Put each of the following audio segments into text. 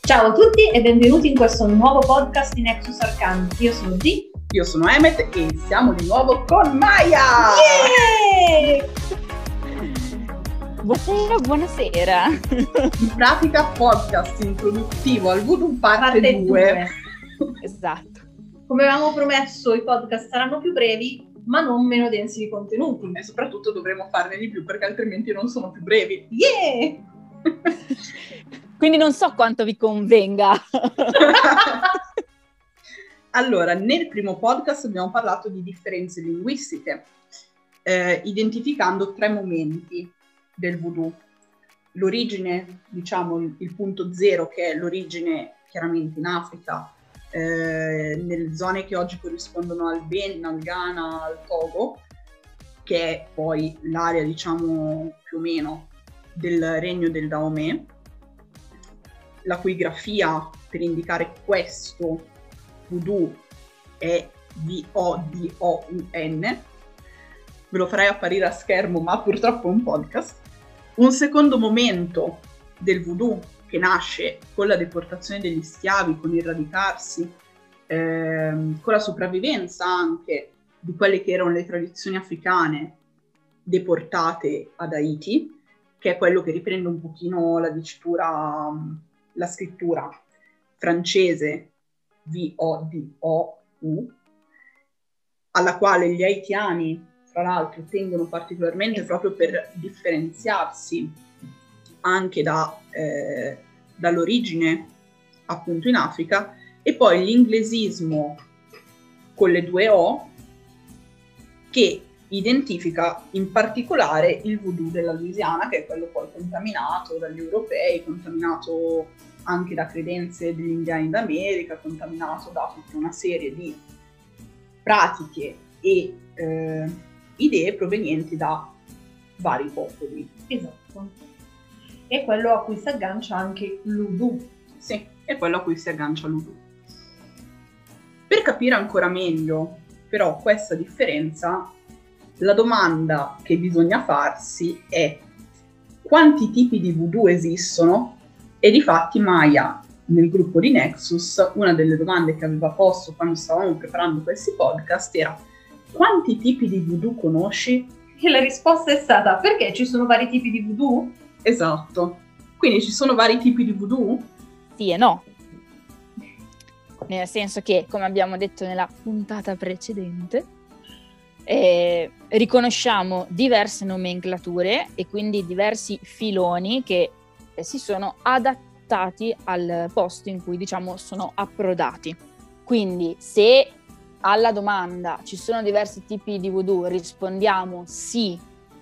Ciao a tutti e benvenuti in questo nuovo podcast di Nexus Arcane. Io sono Dee. Io sono Emmet e siamo di nuovo con Maya! Yeah! Buonasera! In pratica podcast introduttivo al Voodoo parte 2. Esatto. Come avevamo promesso, i podcast saranno più brevi, ma non meno densi di contenuti. E soprattutto dovremo farne di più perché altrimenti non sono più brevi. Yeah! Quindi non so quanto vi convenga. Allora, nel primo podcast abbiamo parlato di differenze linguistiche, identificando 3 momenti del voodoo. L'origine, diciamo il punto zero, che è l'origine chiaramente in Africa, nelle zone che oggi corrispondono al Benin, al Ghana, al Togo, che è poi l'area, diciamo, più o meno del regno del Dahomey, la cui grafia per indicare questo voodoo è V-O-D-O-U-N. Ve lo farei apparire a schermo, ma purtroppo è un podcast. Un secondo momento del voodoo che nasce con la deportazione degli schiavi, con il radicarsi, con la sopravvivenza anche di quelle che erano le tradizioni africane deportate ad Haiti, che è quello che riprende un pochino la dicitura, la scrittura francese V-O-D-O-U, alla quale gli haitiani, tra l'altro, tengono particolarmente proprio per differenziarsi anche dall'origine appunto in Africa, e poi l'inglesismo con le 2 O, che identifica in particolare il voodoo della Louisiana, che è quello poi contaminato dagli europei, contaminato anche da credenze degli indiani d'America, contaminato da tutta una serie di pratiche e idee provenienti da vari popoli. Esatto. E quello a cui si aggancia anche l'Udu. Sì, è quello a cui si aggancia l'Udu. Per capire ancora meglio però questa differenza, la domanda che bisogna farsi è: quanti tipi di voodoo esistono? E difatti Maya, nel gruppo di Nexus, una delle domande che aveva posto quando stavamo preparando questi podcast era: quanti tipi di voodoo conosci? E la risposta è stata: perché ci sono vari tipi di voodoo? Esatto. Quindi ci sono vari tipi di voodoo? Sì e no. Nel senso che, come abbiamo detto nella puntata precedente, riconosciamo diverse nomenclature e quindi diversi filoni che si sono adattati al posto in cui, diciamo, sono approdati. Quindi se alla domanda ci sono diversi tipi di voodoo rispondiamo sì,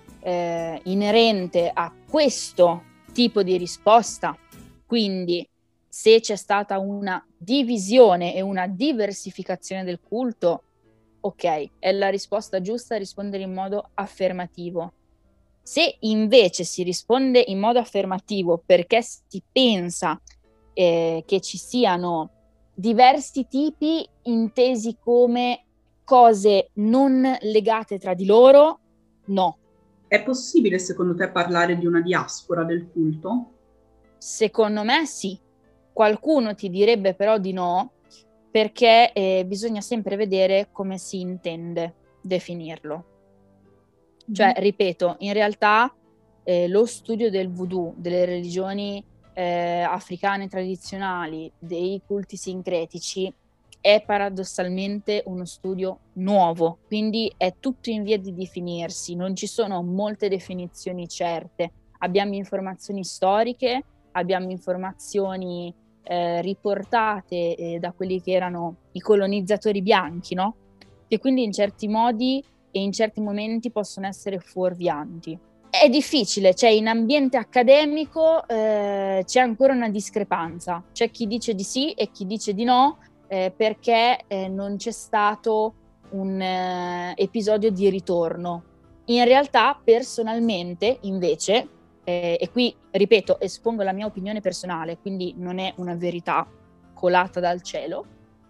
inerente a questo tipo di risposta, quindi se c'è stata una divisione e una diversificazione del culto, ok, è la risposta giusta rispondere in modo affermativo. Se invece si risponde in modo affermativo perché si pensa che ci siano diversi tipi intesi come cose non legate tra di loro, no. È possibile secondo te parlare di una diaspora del culto? Secondo me sì. Qualcuno ti direbbe però di no, perché bisogna sempre vedere come si intende definirlo. Cioè, ripeto, in realtà lo studio del voodoo, delle religioni africane tradizionali, dei culti sincretici, è paradossalmente uno studio nuovo, quindi è tutto in via di definirsi, non ci sono molte definizioni certe. Abbiamo informazioni storiche, abbiamo informazioni riportate da quelli che erano i colonizzatori bianchi, no? Che quindi in certi modi e in certi momenti possono essere fuorvianti. È difficile, cioè in ambiente accademico c'è ancora una discrepanza, c'è chi dice di sì e chi dice di no, perché non c'è stato un episodio di ritorno. In realtà personalmente invece, e qui ripeto espongo la mia opinione personale, quindi non è una verità colata dal cielo,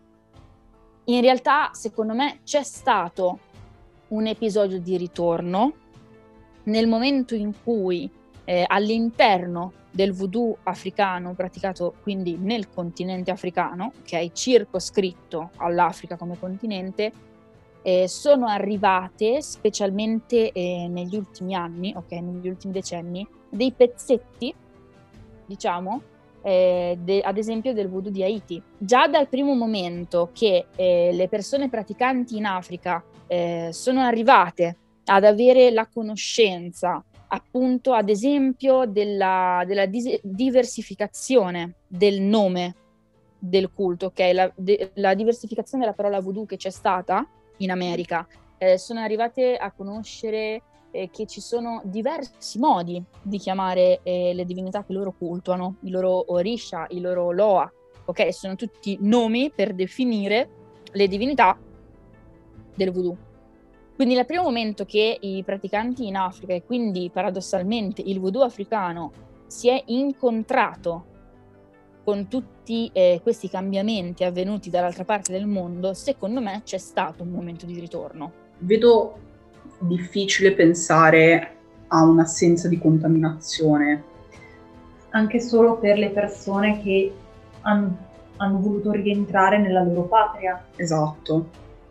in realtà secondo me c'è stato un episodio di ritorno nel momento in cui all'interno del voodoo africano praticato quindi nel continente africano, che è circoscritto all'Africa come continente, sono arrivate specialmente negli ultimi anni, negli ultimi decenni, dei pezzetti, diciamo, ad esempio del voodoo di Haiti. Già dal primo momento che le persone praticanti in Africa sono arrivate ad avere la conoscenza, appunto, ad esempio, della diversificazione del nome del culto, la diversificazione della parola voodoo che c'è stata in America, sono arrivate a conoscere che ci sono diversi modi di chiamare le divinità che loro cultuano, i loro Orisha, i loro Loa, sono tutti nomi per definire le divinità del voodoo. Quindi dal primo momento che i praticanti in Africa, e quindi paradossalmente il voodoo africano, si è incontrato con tutti questi cambiamenti avvenuti dall'altra parte del mondo, secondo me c'è stato un momento di ritorno. Vedo difficile pensare a un'assenza di contaminazione. Anche solo per le persone che hanno voluto rientrare nella loro patria. Esatto.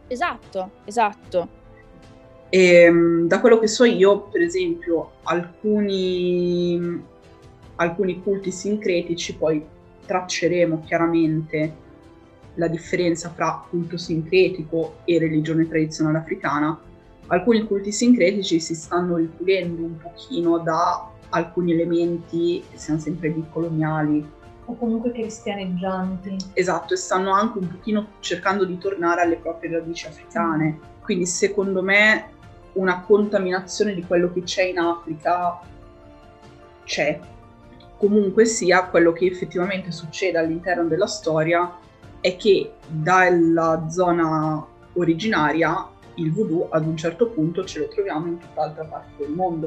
E da quello che so io, per esempio, alcuni culti sincretici, poi tracceremo chiaramente la differenza fra culto sincretico e religione tradizionale africana. Alcuni culti sincretici si stanno ripulendo un pochino da alcuni elementi che siano sempre lì coloniali o comunque cristianeggianti. Esatto, e stanno anche un pochino cercando di tornare alle proprie radici africane. Quindi secondo me una contaminazione di quello che c'è in Africa c'è. Comunque sia, quello che effettivamente succede all'interno della storia è che dalla zona originaria il voodoo ad un certo punto ce lo troviamo in tutt'altra parte del mondo,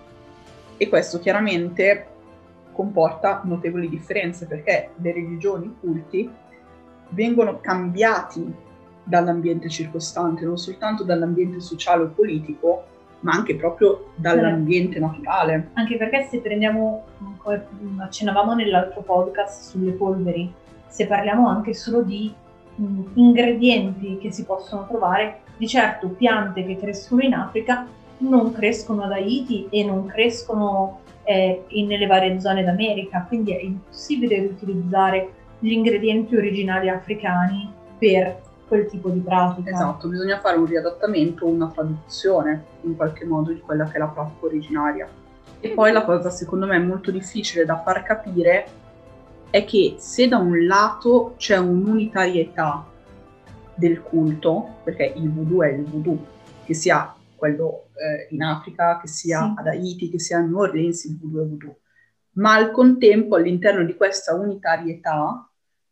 e questo chiaramente comporta notevoli differenze, perché le religioni, i culti vengono cambiati dall'ambiente circostante, non soltanto dall'ambiente sociale o politico, ma anche proprio dall'ambiente naturale. Anche perché se prendiamo, accennavamo nell'altro podcast sulle polveri, se parliamo anche solo di ingredienti che si possono trovare, di certo piante che crescono in Africa non crescono ad Haiti e non crescono nelle varie zone d'America, quindi è impossibile riutilizzare gli ingredienti originali africani per quel tipo di pratica. Esatto, bisogna fare un riadattamento, una traduzione in qualche modo di quella che è la pratica originaria. E poi la cosa secondo me molto difficile da far capire è che se da un lato c'è un'unitarietà del culto, perché il voodoo è il voodoo, che sia quello in Africa, che sia ad Haiti, che sia a New Orleans, il voodoo è voodoo, ma al contempo all'interno di questa unitarietà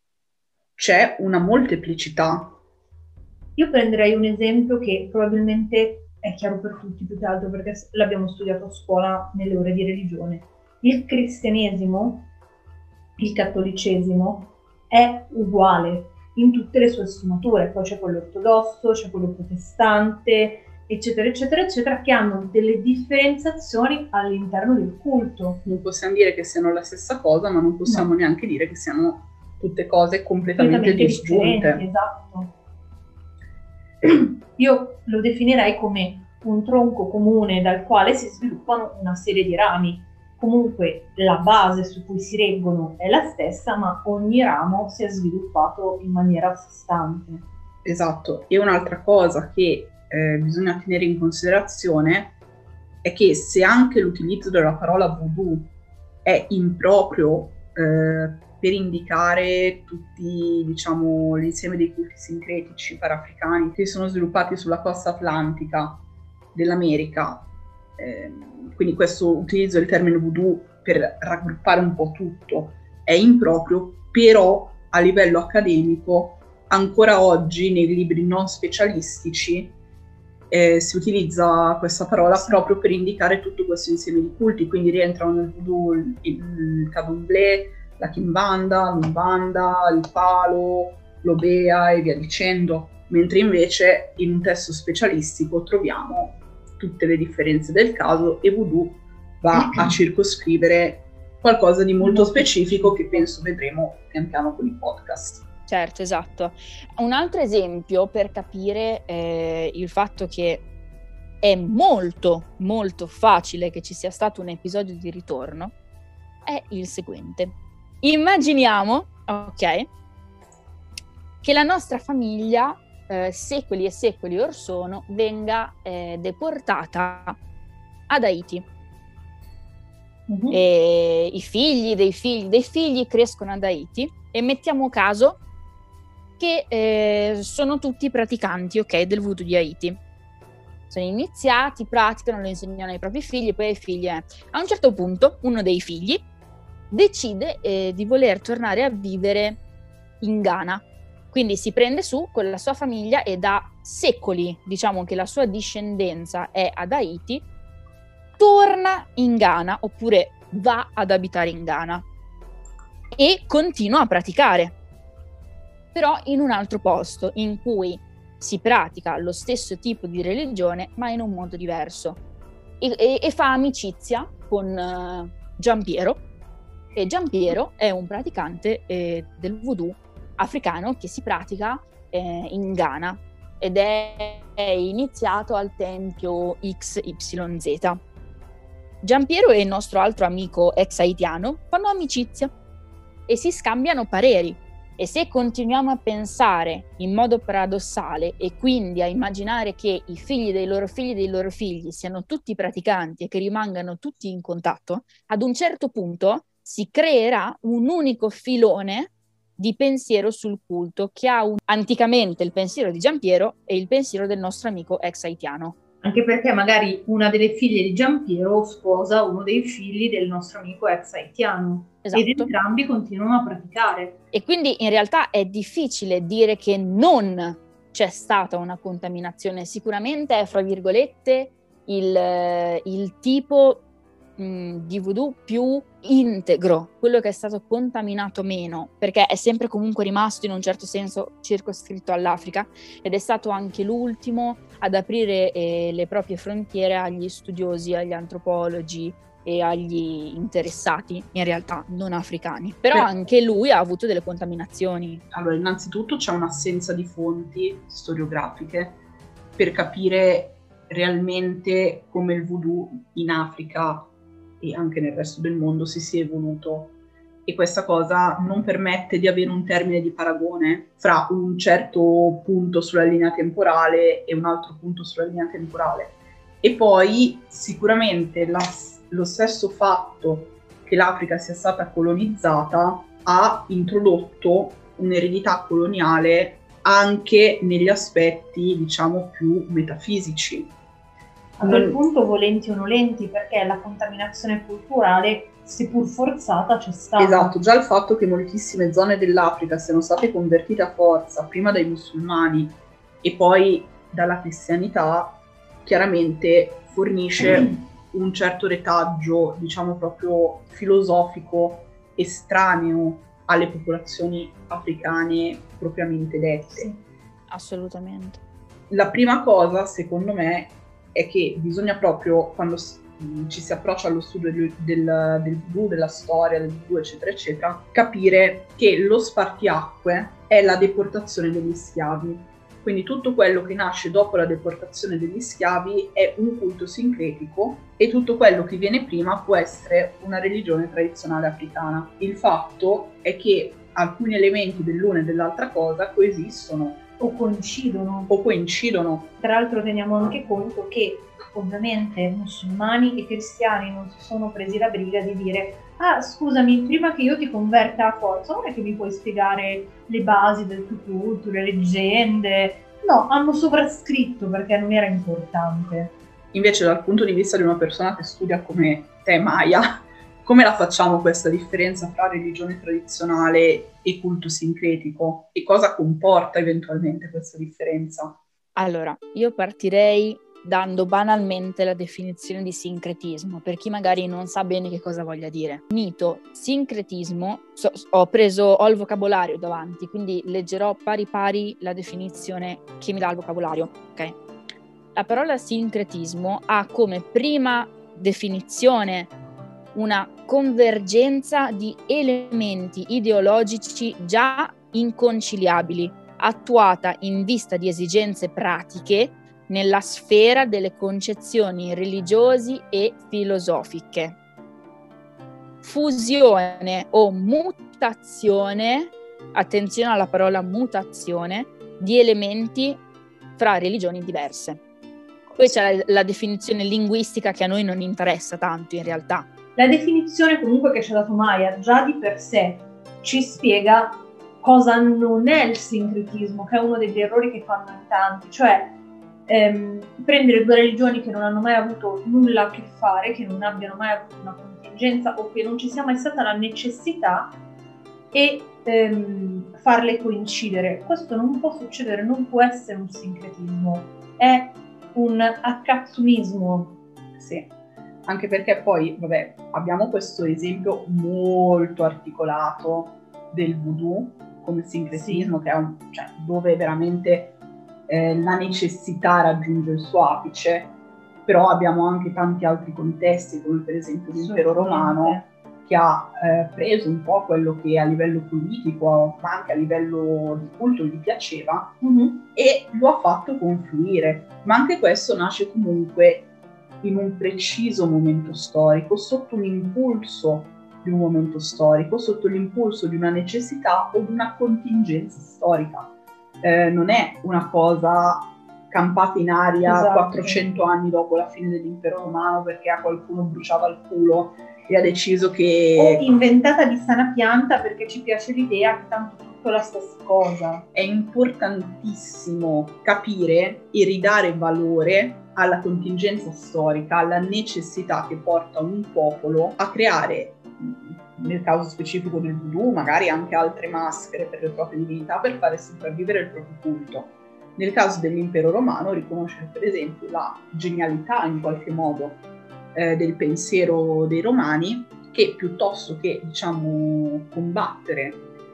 c'è una molteplicità. Io prenderei un esempio che probabilmente è chiaro per tutti, più che altro perché l'abbiamo studiato a scuola nelle ore di religione. Il cristianesimo, il cattolicesimo, è uguale in tutte le sue sfumature. Poi c'è quello ortodosso, c'è quello protestante, eccetera, eccetera, eccetera, che hanno delle differenziazioni all'interno del culto. Non possiamo dire che siano la stessa cosa, ma non possiamo neanche dire che siano tutte cose completamente disgiunte. Esatto. Io lo definirei come un tronco comune dal quale si sviluppano una serie di rami. Comunque la base su cui si reggono è la stessa, ma ogni ramo si è sviluppato in maniera a sé stante. Esatto, e un'altra cosa che bisogna tenere in considerazione è che se anche l'utilizzo della parola voodoo è improprio per indicare tutti, diciamo, l'insieme dei culti sincretici panafricani che sono sviluppati sulla costa atlantica dell'America, quindi questo utilizzo del termine voodoo per raggruppare un po' tutto è improprio, però a livello accademico ancora oggi nei libri non specialistici si utilizza questa parola proprio per indicare tutto questo insieme di culti, quindi rientrano nel voodoo il candomblé, la kimbanda, l'umbanda, il palo, l'obea e via dicendo, mentre invece in un testo specialistico troviamo tutte le differenze del caso e voodoo va a circoscrivere qualcosa di molto specifico che penso vedremo pian piano con i podcast. Certo, esatto. Un altro esempio per capire il fatto che è molto, molto facile che ci sia stato un episodio di ritorno è il seguente. Immaginiamo, ok, che la nostra famiglia, secoli e secoli or sono, venga deportata ad Haiti. E i figli dei figli crescono ad Haiti e mettiamo caso che sono tutti praticanti, ok, del voodoo di Haiti. Sono iniziati, praticano, lo insegnano ai propri figli, poi ai figli. A un certo punto uno dei figli decide di voler tornare a vivere in Ghana. Quindi si prende su con la sua famiglia e da secoli, diciamo che la sua discendenza è ad Haiti, torna in Ghana oppure va ad abitare in Ghana e continua a praticare, però in un altro posto in cui si pratica lo stesso tipo di religione ma in un modo diverso e fa amicizia con Giampiero, e Giampiero è un praticante del voodoo africano che si pratica in Ghana ed è iniziato al tempio XYZ. Giampiero e il nostro altro amico ex haitiano fanno amicizia e si scambiano pareri, e se continuiamo a pensare in modo paradossale e quindi a immaginare che i figli dei loro figli siano tutti praticanti e che rimangano tutti in contatto, ad un certo punto si creerà un unico filone di pensiero sul culto che ha anticamente il pensiero di Giampiero e il pensiero del nostro amico ex haitiano. Anche perché magari una delle figlie di Giampiero sposa uno dei figli del nostro amico ex haitiano. Esatto. Ed entrambi continuano a praticare. E quindi in realtà è difficile dire che non c'è stata una contaminazione. Sicuramente è, fra virgolette, il tipo di voodoo più integro, quello che è stato contaminato meno, perché è sempre comunque rimasto in un certo senso circoscritto all'Africa ed è stato anche l'ultimo ad aprire le proprie frontiere agli studiosi, agli antropologi e agli interessati, in realtà non africani. Però anche lui ha avuto delle contaminazioni. Allora, innanzitutto c'è un'assenza di fonti storiografiche per capire realmente come il voodoo in Africa e anche nel resto del mondo si sia evoluto, e questa cosa non permette di avere un termine di paragone fra un certo punto sulla linea temporale e un altro punto sulla linea temporale. E poi sicuramente lo stesso fatto che l'Africa sia stata colonizzata ha introdotto un'eredità coloniale anche negli aspetti, diciamo, più metafisici. A quel punto volenti o nolenti, perché la contaminazione culturale, seppur forzata, c'è stata. Esatto, già il fatto che moltissime zone dell'Africa siano state convertite a forza, prima dai musulmani e poi dalla cristianità, chiaramente fornisce un certo retaggio, diciamo proprio filosofico, estraneo alle popolazioni africane propriamente dette. Sì, assolutamente. La prima cosa, secondo me, è che bisogna proprio, quando ci si approccia allo studio del voodoo, della storia del voodoo, eccetera, eccetera, capire che lo spartiacque è la deportazione degli schiavi. Quindi tutto quello che nasce dopo la deportazione degli schiavi è un culto sincretico e tutto quello che viene prima può essere una religione tradizionale africana. Il fatto è che alcuni elementi dell'una e dell'altra cosa coesistono. O coincidono. Tra l'altro teniamo anche conto che ovviamente musulmani e cristiani non si sono presi la briga di dire: ah, scusami, prima che io ti converta a forza, non è che mi puoi spiegare le basi del tuo culto, le leggende. No, hanno sovrascritto perché non era importante. Invece dal punto di vista di una persona che studia come te, Maya, come la facciamo questa differenza fra religione tradizionale e culto sincretico? E cosa comporta eventualmente questa differenza? Allora, io partirei dando banalmente la definizione di sincretismo, per chi magari non sa bene che cosa voglia dire. Mito, sincretismo, ho il vocabolario davanti, quindi leggerò pari pari la definizione che mi dà il vocabolario, ok? La parola sincretismo ha come prima definizione una convergenza di elementi ideologici già inconciliabili, attuata in vista di esigenze pratiche nella sfera delle concezioni religiosi e filosofiche. Fusione o mutazione, attenzione alla parola mutazione, di elementi fra religioni diverse. Poi c'è la definizione linguistica che a noi non interessa tanto in realtà. La definizione comunque che ci ha dato Maya già di per sé ci spiega cosa non è il sincretismo, che è uno degli errori che fanno in tanti, cioè prendere due religioni che non hanno mai avuto nulla a che fare, che non abbiano mai avuto una contingenza o che non ci sia mai stata la necessità e farle coincidere. Questo non può succedere, non può essere un sincretismo, è un accattonismo. Sì, anche perché poi, vabbè, abbiamo questo esempio molto articolato del voodoo come sincretismo, sì, che è cioè, dove veramente la necessità raggiunge il suo apice, però abbiamo anche tanti altri contesti, come per esempio l'impero romano, che ha preso un po' quello che a livello politico, ma anche a livello di culto gli piaceva, e lo ha fatto confluire. Ma anche questo nasce comunque in un preciso momento storico, sotto l'impulso di un momento storico, sotto l'impulso di una necessità o di una contingenza storica. Non è una cosa campata in aria, esatto, 400 anni dopo la fine dell'impero romano perché a qualcuno bruciava il culo e ha deciso che... O inventata di sana pianta perché ci piace l'idea che tanto tutto è la stessa cosa. È importantissimo capire e ridare valore alla contingenza storica, alla necessità che porta un popolo a creare, nel caso specifico del voodoo, magari anche altre maschere per le proprie divinità per fare sopravvivere il proprio culto. Nel caso dell'impero romano, riconoscere per esempio la genialità in qualche modo del pensiero dei romani, che piuttosto che, diciamo, combattere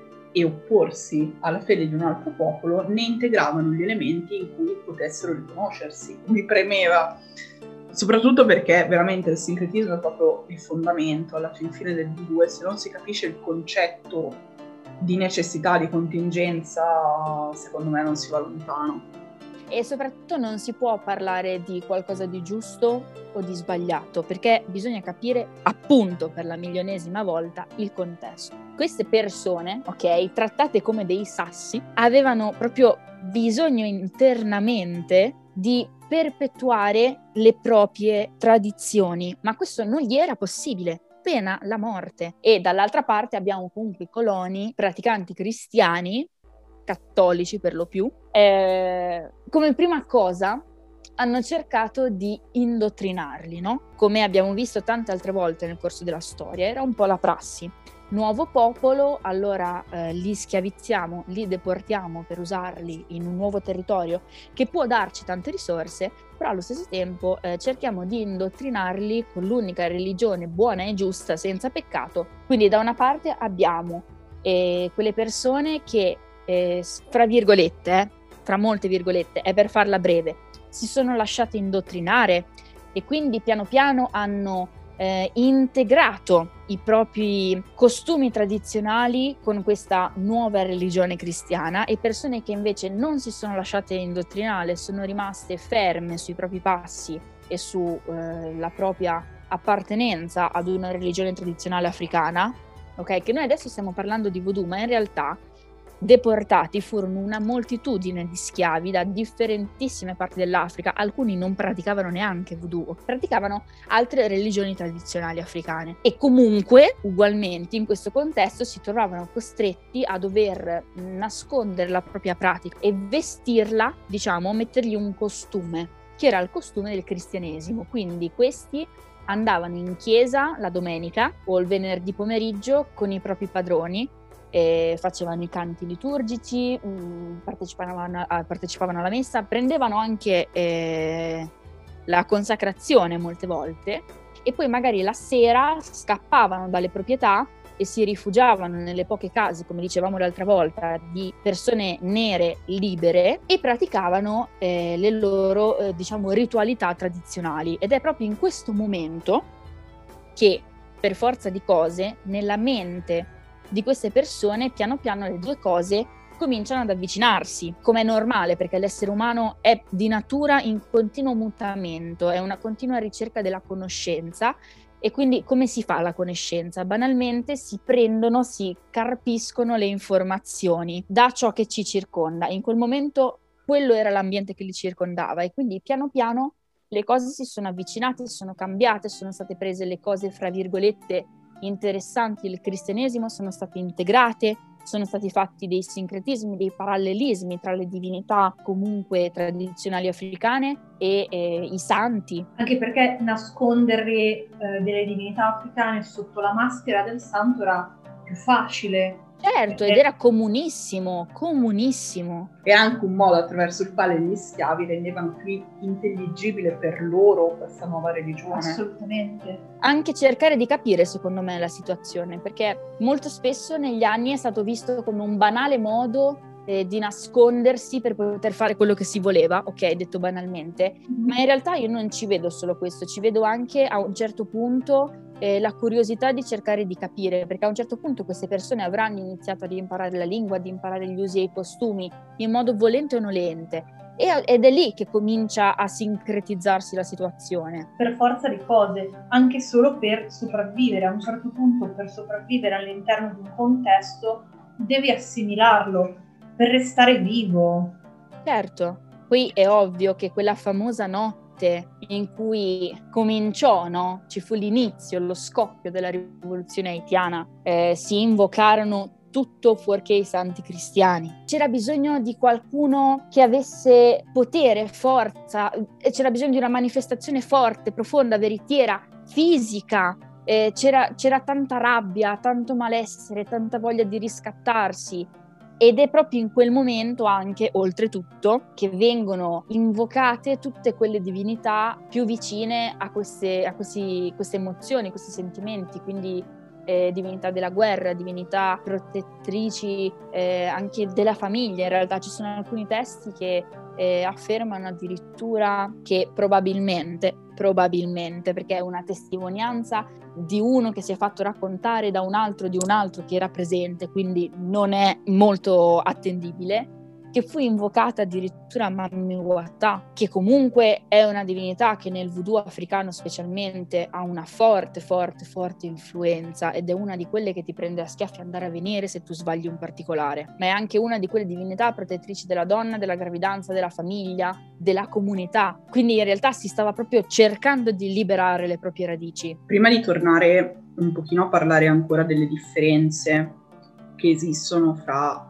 e opporsi alla fede di un altro popolo, ne integravano gli elementi in cui potessero riconoscersi. Mi premeva, soprattutto perché veramente il sincretismo è proprio il fondamento alla fine del voodoo, e se non si capisce il concetto di necessità, di contingenza, secondo me non si va lontano. E soprattutto non si può parlare di qualcosa di giusto o di sbagliato, perché bisogna capire, appunto per la milionesima volta, il contesto. Queste persone, ok, trattate come dei sassi, avevano proprio bisogno internamente di perpetuare le proprie tradizioni, ma questo non gli era possibile, pena la morte. E dall'altra parte abbiamo comunque i coloni praticanti cristiani, cattolici per lo più, come prima cosa hanno cercato di indottrinarli, no? Come abbiamo visto tante altre volte nel corso della storia, era un po' la prassi. Nuovo popolo, allora li schiavizziamo, li deportiamo per usarli in un nuovo territorio che può darci tante risorse, però allo stesso tempo cerchiamo di indottrinarli con l'unica religione buona e giusta, senza peccato. Quindi da una parte abbiamo quelle persone che, fra virgolette, tra molte virgolette, è per farla breve, si sono lasciate indottrinare e quindi piano piano hanno integrato i propri costumi tradizionali con questa nuova religione cristiana, e persone che invece non si sono lasciate indottrinare, sono rimaste ferme sui propri passi e sulla propria appartenenza ad una religione tradizionale africana, ok? Che noi adesso stiamo parlando di voodoo, ma in realtà deportati furono una moltitudine di schiavi da differentissime parti dell'Africa. Alcuni non praticavano neanche voodoo, praticavano altre religioni tradizionali africane, e comunque ugualmente in questo contesto si trovavano costretti a dover nascondere la propria pratica e vestirla, diciamo, mettergli un costume che era il costume del cristianesimo. Quindi questi andavano in chiesa la domenica o il venerdì pomeriggio con i propri padroni, facevano i canti liturgici, partecipavano alla messa, prendevano anche la consacrazione molte volte, e poi magari la sera scappavano dalle proprietà e si rifugiavano nelle poche case, come dicevamo l'altra volta, di persone nere libere, e praticavano le loro diciamo ritualità tradizionali. Ed è proprio in questo momento che per forza di cose, nella mente di queste persone, piano piano le due cose cominciano ad avvicinarsi, come è normale, perché l'essere umano è di natura in continuo mutamento, è una continua ricerca della conoscenza. E quindi come si fa la conoscenza? Banalmente si prendono, si carpiscono le informazioni da ciò che ci circonda. In quel momento quello era l'ambiente che li circondava, e quindi piano piano le cose si sono avvicinate, sono cambiate, sono state prese le cose, fra virgolette, interessanti del cristianesimo, sono state integrate, sono stati fatti dei sincretismi, dei parallelismi tra le divinità comunque tradizionali africane e i santi. Anche perché nascondere delle divinità africane sotto la maschera del santo era più facile. Certo, ed era comunissimo. Era anche un modo attraverso il quale gli schiavi rendevano più intelligibile per loro questa nuova religione. Assolutamente. Anche cercare di capire, secondo me, la situazione, perché molto spesso negli anni è stato visto come un banale modo di nascondersi per poter fare quello che si voleva, ok, detto banalmente, ma in realtà io non ci vedo solo questo, ci vedo anche a un certo punto la curiosità di cercare di capire, perché a un certo punto queste persone avranno iniziato ad imparare la lingua, ad imparare gli usi e i costumi in modo volente o nolente, ed è lì che comincia a sincretizzarsi la situazione. Per forza di cose, anche solo per sopravvivere. A un certo punto, per sopravvivere all'interno di un contesto, devi assimilarlo per restare vivo. Certo, qui è ovvio che quella famosa notte in cui cominciò, no? Ci fu l'inizio, lo scoppio della rivoluzione haitiana, si invocarono tutto fuorché i santi cristiani. C'era bisogno di qualcuno che avesse potere, forza, c'era bisogno di una manifestazione forte, profonda, veritiera, fisica. C'era tanta rabbia, tanto malessere, tanta voglia di riscattarsi. Ed è proprio in quel momento anche, oltretutto, che vengono invocate tutte quelle divinità più vicine a queste emozioni, questi sentimenti, quindi divinità della guerra, divinità protettrici anche della famiglia. In realtà ci sono alcuni testi che affermano addirittura che probabilmente, perché è una testimonianza di uno che si è fatto raccontare da un altro di un altro che era presente, quindi non è molto attendibile, che fu invocata addirittura Mami Wata, che comunque è una divinità che nel voodoo africano specialmente ha una forte influenza, ed è una di quelle che ti prende a schiaffi andare a venire se tu sbagli un particolare, ma è anche una di quelle divinità protettrici della donna, della gravidanza, della famiglia, della comunità. Quindi in realtà si stava proprio cercando di liberare le proprie radici. Prima di tornare un pochino a parlare ancora delle differenze che esistono fra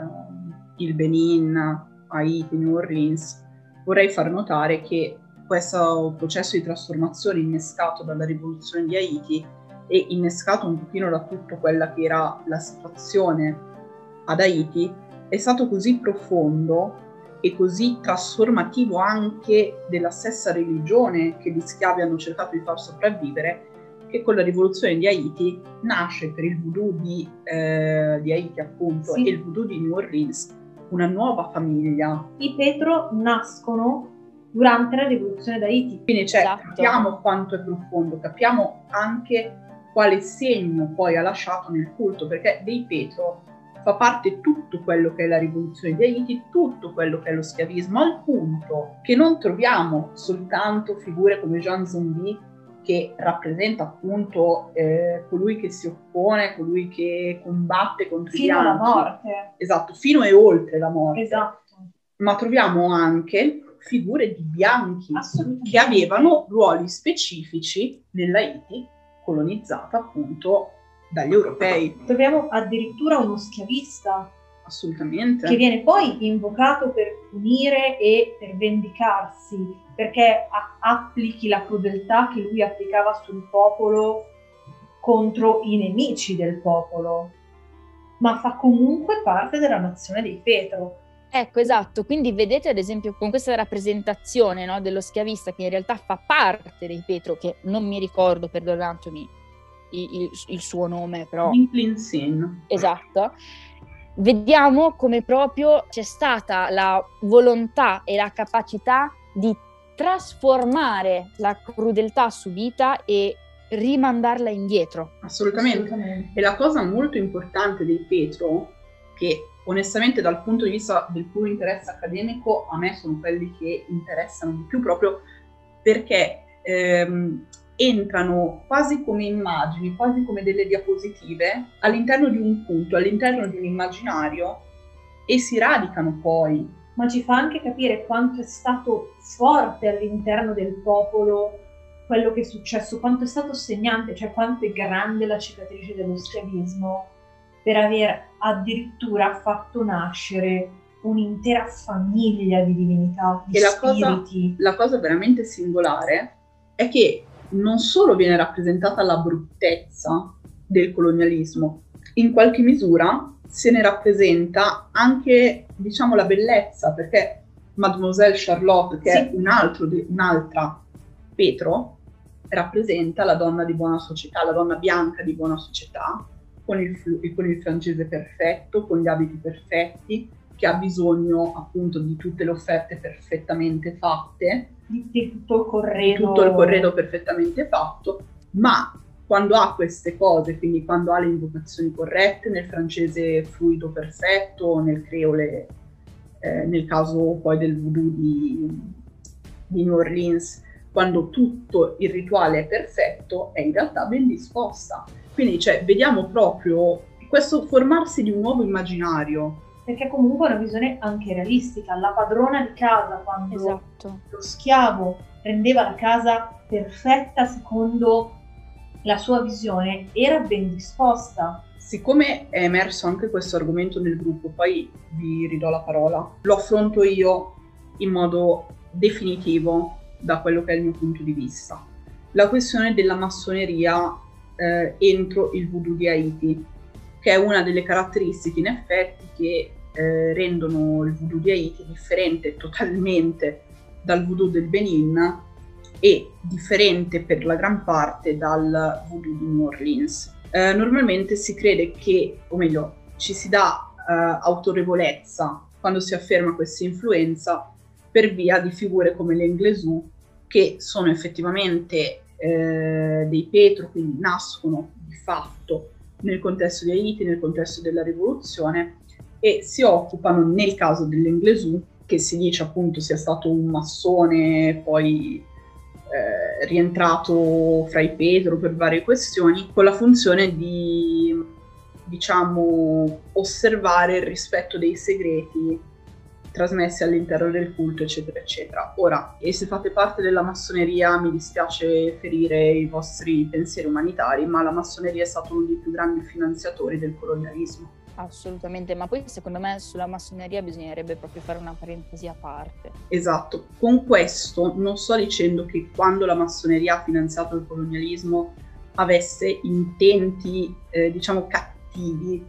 il Benin, Haiti, New Orleans, vorrei far notare che questo processo di trasformazione innescato dalla rivoluzione di Haiti e innescato un pochino da tutto quella che era la situazione ad Haiti è stato così profondo e così trasformativo anche della stessa religione che gli schiavi hanno cercato di far sopravvivere, che con la rivoluzione di Haiti nasce per il voodoo di Haiti appunto, sì, e il voodoo di New Orleans una nuova famiglia. I Petro nascono durante la rivoluzione d'Haiti. Quindi capiamo quanto è profondo, capiamo anche quale segno poi ha lasciato nel culto, perché dei Petro fa parte tutto quello che è la rivoluzione di Haiti, tutto quello che è lo schiavismo, al punto che non troviamo soltanto figure come Jean Zombi, che rappresenta appunto colui che si oppone, colui che combatte contro i bianchi. Fino alla morte. Esatto, fino e oltre la morte. Esatto. Ma troviamo anche figure di bianchi che avevano ruoli specifici nell'Haiti colonizzata appunto dagli europei. Troviamo addirittura uno schiavista. Assolutamente. Che viene poi invocato per punire e per vendicarsi, perché applichi la crudeltà che lui applicava sul popolo contro i nemici del popolo, ma fa comunque parte della nazione dei Petro. Ecco, esatto, quindi vedete ad esempio con questa rappresentazione, no, dello schiavista che in realtà fa parte dei Petro, che non mi ricordo, perdonatemi il suo nome, però... Implin-Sin. Esatto. Vediamo come proprio c'è stata la volontà e la capacità di trasformare la crudeltà subita e rimandarla indietro. Assolutamente. E la cosa molto importante dei Petro, che onestamente dal punto di vista del puro interesse accademico a me sono quelli che interessano di più, proprio perché entrano quasi come immagini, quasi come delle diapositive all'interno di un culto, all'interno di un immaginario, e si radicano poi. Ma ci fa anche capire quanto è stato forte all'interno del popolo quello che è successo, quanto è stato segnante, cioè quanto è grande la cicatrice dello schiavismo per aver addirittura fatto nascere un'intera famiglia di divinità, di spiriti. La cosa veramente singolare è che non solo viene rappresentata la bruttezza del colonialismo, in qualche misura se ne rappresenta anche, diciamo, la bellezza, perché Mademoiselle Charlotte, che è un'altra Petro, rappresenta la donna di buona società, la donna bianca di buona società, con il francese perfetto, con gli abiti perfetti, che ha bisogno appunto di tutte le offerte perfettamente fatte, di tutto il corredo perfettamente fatto, ma quando ha queste cose, quindi quando ha le invocazioni corrette, nel francese fluido perfetto, nel creole, nel caso poi del voodoo di New Orleans, quando tutto il rituale è perfetto, è in realtà ben disposta. Quindi vediamo proprio questo formarsi di un nuovo immaginario. Perché comunque è una visione anche realistica. La padrona di casa, quando lo schiavo rendeva la casa perfetta secondo la sua visione, era ben disposta. Siccome è emerso anche questo argomento nel gruppo, poi vi ridò la parola, lo affronto io in modo definitivo da quello che è il mio punto di vista. La questione della massoneria entro il voodoo di Haiti, che è una delle caratteristiche in effetti che rendono il voodoo di Haiti differente totalmente dal voodoo del Benin e differente per la gran parte dal voodoo di New Orleans. Normalmente si crede che, o meglio, ci si dà autorevolezza quando si afferma questa influenza per via di figure come l'Englezù, che sono effettivamente dei Petro, quindi nascono di fatto nel contesto di Haiti, nel contesto della rivoluzione, e si occupano, nel caso dell'Englezù, che si dice appunto sia stato un massone, poi rientrato fra i Petro per varie questioni, con la funzione di, diciamo, osservare il rispetto dei segreti trasmessi all'interno del culto, eccetera, eccetera. Ora, e se fate parte della massoneria, mi dispiace ferire i vostri pensieri umanitari, ma la massoneria è stato uno dei più grandi finanziatori del colonialismo. Assolutamente, ma poi secondo me sulla massoneria bisognerebbe proprio fare una parentesi a parte. Esatto, con questo non sto dicendo che quando la massoneria ha finanziato il colonialismo avesse intenti, diciamo, cattivi,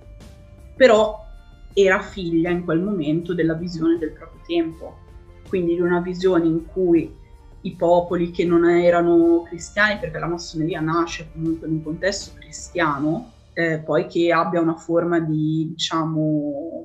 però era figlia in quel momento della visione del proprio tempo, quindi di una visione in cui i popoli che non erano cristiani, perché la massoneria nasce comunque in un contesto cristiano, poi che abbia una forma di, diciamo,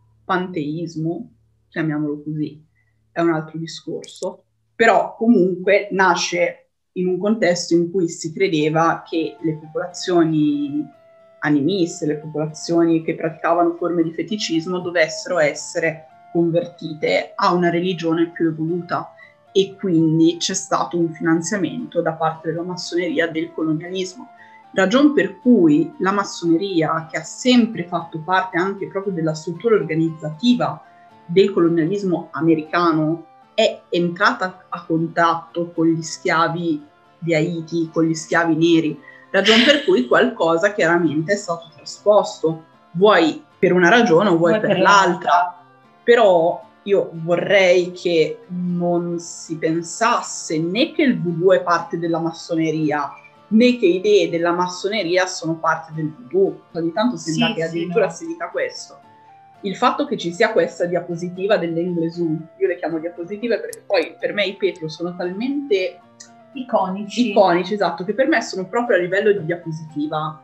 panteismo, chiamiamolo così, è un altro discorso, però comunque nasce in un contesto in cui si credeva che le popolazioni animiste, le popolazioni che praticavano forme di feticismo dovessero essere convertite a una religione più evoluta, e quindi c'è stato un finanziamento da parte della massoneria del colonialismo. Ragion per cui la massoneria, che ha sempre fatto parte anche proprio della struttura organizzativa del colonialismo americano, è entrata a contatto con gli schiavi di Haiti, con gli schiavi neri, ragion per cui qualcosa chiaramente è stato trasposto, vuoi per una ragione o vuoi per l'altra. Però io vorrei che non si pensasse né che il voodoo è parte della massoneria, né che idee della massoneria sono parte del voodoo. Ogni tanto sembra che addirittura si dica questo. Il fatto che ci sia questa diapositiva dell'Englezù, io le chiamo diapositive perché poi per me i Petro sono talmente iconici, esatto, che per me sono proprio a livello di diapositiva.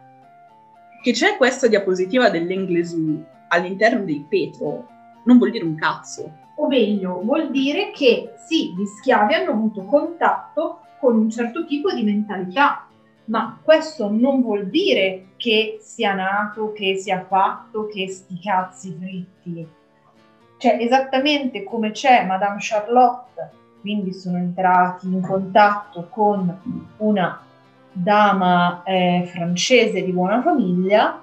Che c'è questa diapositiva dell'Englezù all'interno dei Petro non vuol dire un cazzo. O meglio, vuol dire che sì, gli schiavi hanno avuto contatto con un certo tipo di mentalità, ma questo non vuol dire che sia nato, che sia fatto, che sti cazzi fritti. Cioè, esattamente come c'è Madame Charlotte, quindi sono entrati in contatto con una dama francese di buona famiglia,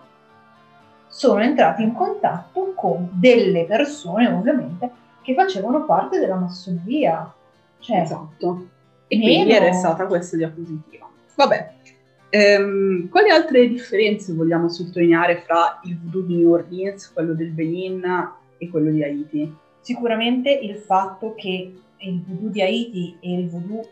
sono entrati in contatto con delle persone, ovviamente, che facevano parte della massoneria. Cioè, esatto. E quindi è restata questa diapositiva. Vabbè. Quali altre differenze vogliamo sottolineare fra il voodoo di New Orleans, quello del Benin e quello di Haiti? Sicuramente il fatto che il voodoo di Haiti e il voodoo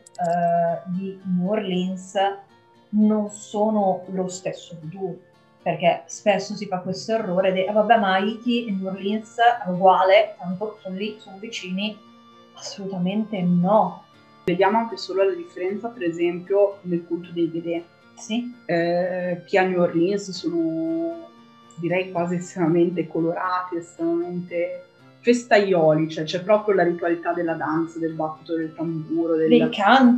di New Orleans non sono lo stesso voodoo, perché spesso si fa questo errore di vabbè, ma Haiti e New Orleans è uguale, tanto sono lì, sono vicini. Assolutamente no. Vediamo anche solo la differenza, per esempio, nel culto dei Ghedè. Sì. Che a New Orleans sono, direi, quasi estremamente colorati, estremamente festaioli, cioè c'è proprio la ritualità della danza, del battuto del tamburo, dei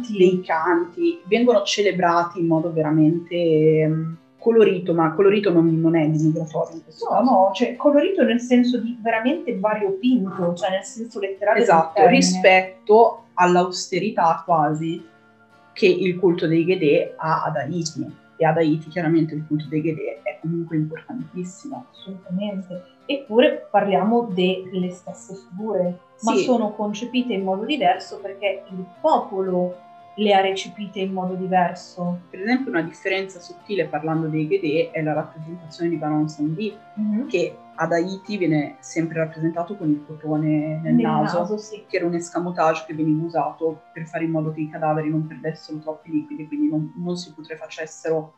canti, vengono celebrati in modo veramente colorito, ma colorito non è denigratorio in questo caso. No, cioè colorito nel senso di veramente variopinto, cioè nel senso letterale. Esatto, rispetto all'austerità quasi che il culto dei Ghedè ha ad Haiti. E ad Haiti chiaramente il culto dei Ghedè è comunque importantissimo. Assolutamente. Eppure parliamo delle stesse figure, ma sono concepite in modo diverso perché il popolo le ha recepite in modo diverso. Per esempio una differenza sottile parlando dei Ghedè è la rappresentazione di Baron Samedi, che ad Haiti viene sempre rappresentato con il cotone nel naso, sì. Che era un escamotage che veniva usato per fare in modo che i cadaveri non perdessero troppi liquidi, quindi non si putrefacessero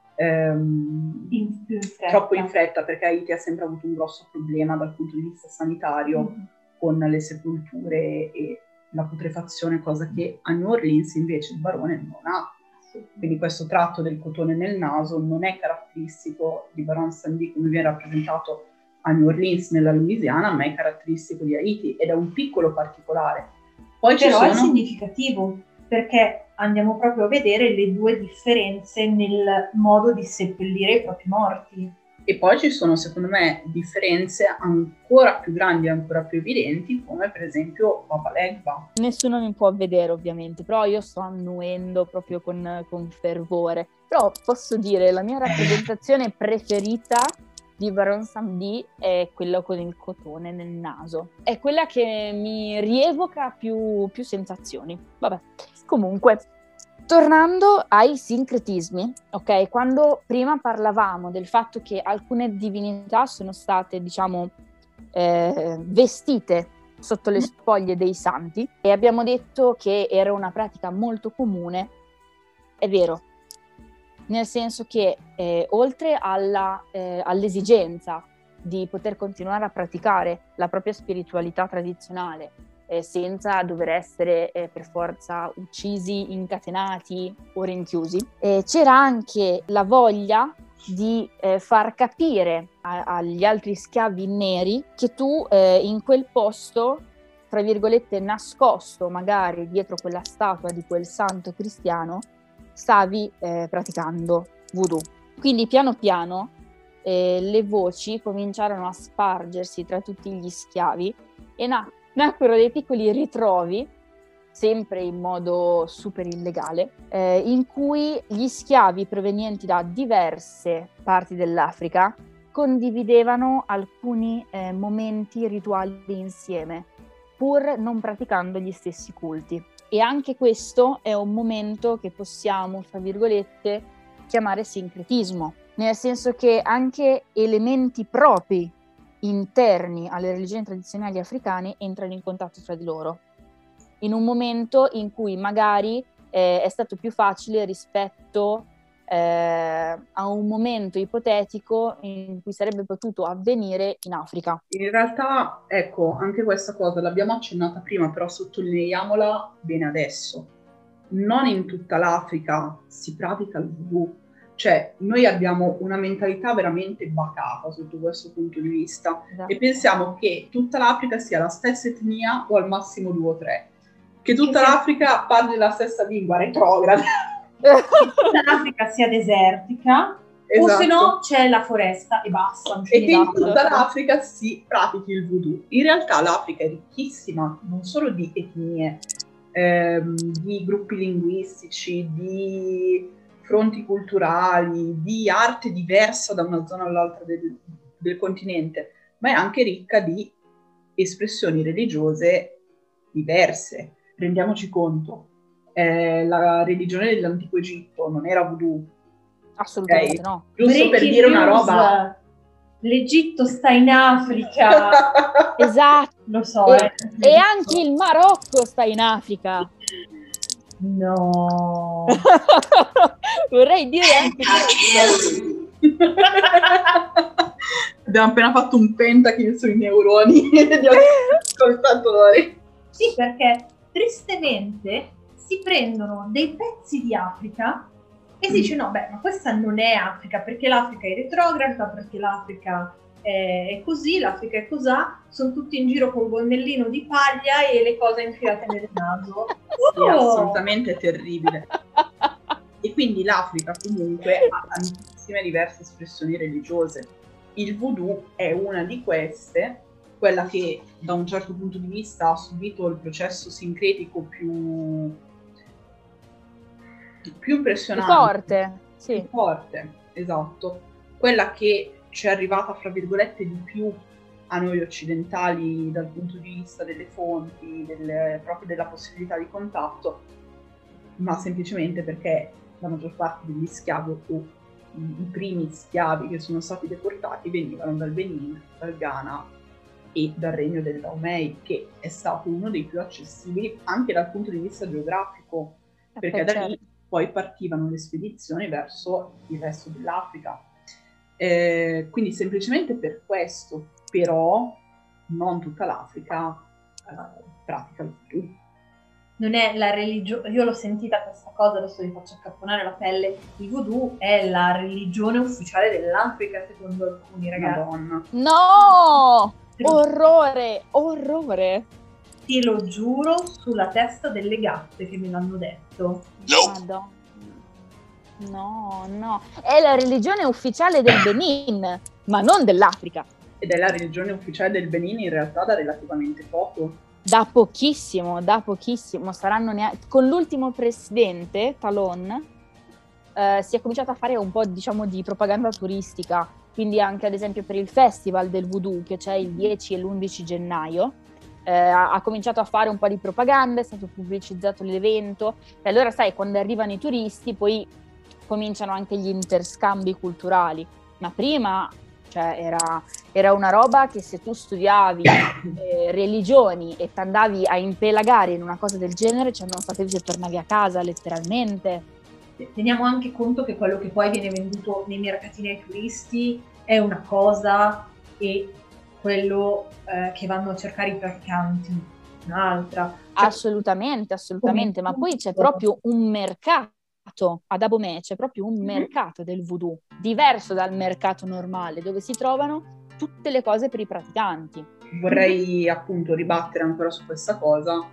troppo in fretta, perché Haiti ha sempre avuto un grosso problema dal punto di vista sanitario con le sepolture e la putrefazione, cosa che a New Orleans invece il barone non ha. Quindi questo tratto del cotone nel naso non è caratteristico di Baron Samedi come viene rappresentato a New Orleans nella Louisiana, ma è caratteristico di Haiti ed è un piccolo particolare. Poi però è significativo, perché andiamo proprio a vedere le due differenze nel modo di seppellire i propri morti. E poi ci sono, secondo me, differenze ancora più grandi e ancora più evidenti, come per esempio Baba Legba. Nessuno mi può vedere, ovviamente, però io sto annuendo proprio con fervore. Però posso dire, la mia rappresentazione preferita di Baron Samedi è quella con il cotone nel naso. È quella che mi rievoca più sensazioni. Vabbè, comunque... Tornando ai sincretismi, ok? Quando prima parlavamo del fatto che alcune divinità sono state, diciamo, vestite sotto le spoglie dei santi e abbiamo detto che era una pratica molto comune, è vero, nel senso che oltre all'esigenza di poter continuare a praticare la propria spiritualità tradizionale senza dover essere per forza uccisi, incatenati o rinchiusi, c'era anche la voglia di far capire agli altri schiavi neri che tu in quel posto, tra virgolette, nascosto magari dietro quella statua di quel santo cristiano, stavi praticando voodoo. Quindi piano piano le voci cominciarono a spargersi tra tutti gli schiavi e nacquero dei piccoli ritrovi, sempre in modo super illegale, in cui gli schiavi provenienti da diverse parti dell'Africa condividevano alcuni momenti rituali insieme, pur non praticando gli stessi culti. E anche questo è un momento che possiamo, tra virgolette, chiamare sincretismo, nel senso che anche elementi propri interni alle religioni tradizionali africane entrano in contatto fra di loro, in un momento in cui magari è stato più facile rispetto a un momento ipotetico in cui sarebbe potuto avvenire in Africa. In realtà, ecco, anche questa cosa l'abbiamo accennata prima, però sottolineiamola bene adesso. Non in tutta l'Africa si pratica il voodoo. Cioè, noi abbiamo una mentalità veramente bacata sotto questo punto di vista e pensiamo che tutta l'Africa sia la stessa etnia o al massimo 2 o 3, che tutta l'Africa parli la stessa lingua retrograda. l'Africa sia desertica, Esatto. o se no c'è la foresta e basta. E che in Esatto. tutta l'Africa si pratichi il voodoo. In realtà l'Africa è ricchissima non solo di etnie, di gruppi linguistici, di fronti culturali, di arte diversa da una zona all'altra del continente, ma è anche ricca di espressioni religiose diverse. Rendiamoci conto, la religione dell'antico Egitto non era voodoo. Assolutamente Ok? no. Giusto per dire una News, roba. l'Egitto sta in Africa. Esatto. Lo so. E anche il Marocco sta in Africa. No. Vorrei dire anche Abbiamo appena fatto un pentakill sui neuroni degli ascoltatori. Sì, perché tristemente si prendono dei pezzi di Africa e si dice no, beh, ma questa non è Africa, perché l'Africa è retrograda, perché l'Africa è così, l'Africa è cosà, sono tutti in giro col gonnellino di paglia e le cose infilate nel naso. Sì, assolutamente terribile. E quindi l'Africa comunque ha tantissime diverse espressioni religiose. Il voodoo è una di queste, quella che da un certo punto di vista ha subito il processo sincretico più impressionante. forte, sì. Più forte, esatto. Quella che ci è arrivata, fra virgolette, di più a noi occidentali dal punto di vista delle fonti, proprio della possibilità di contatto, ma semplicemente perché la maggior parte degli schiavi o i primi schiavi che sono stati deportati venivano dal Benin, dal Ghana e dal regno del Dahomey, che è stato uno dei più accessibili anche dal punto di vista geografico, perché da lì poi partivano le spedizioni verso il resto dell'Africa. Quindi semplicemente per questo, però non tutta l'Africa pratica il voodoo. Non è la religione, io l'ho sentita questa cosa, adesso vi faccio accapponare la pelle, il voodoo è la religione ufficiale dell'Africa secondo alcuni ragazzi. Madonna. No! Orrore! Ti lo giuro sulla testa delle gatte che me l'hanno detto. Madonna. No. È la religione ufficiale del Benin, ma non dell'Africa. Ed è la religione ufficiale del Benin in realtà da relativamente poco. Da pochissimo. Saranno con l'ultimo presidente, Talon, si è cominciato a fare un po', diciamo, di propaganda turistica, quindi anche ad esempio per il festival del voodoo che c'è il 10 e l'11 gennaio, ha cominciato a fare un po' di propaganda, è stato pubblicizzato l'evento, e allora sai, quando arrivano i turisti poi cominciano anche gli interscambi culturali, ma prima era una roba che se tu studiavi religioni e t'andavi a impelagare in una cosa del genere, cioè non sapevi se tornavi a casa letteralmente. Teniamo anche conto che quello che poi viene venduto nei mercatini ai turisti è una cosa e quello che vanno a cercare i praticanti un'altra. Cioè, Assolutamente, ma poi c'è proprio un mercato ad Abomey, c'è proprio un mercato del voodoo, diverso dal mercato normale, dove si trovano tutte le cose per i praticanti. Vorrei appunto ribattere ancora su questa cosa.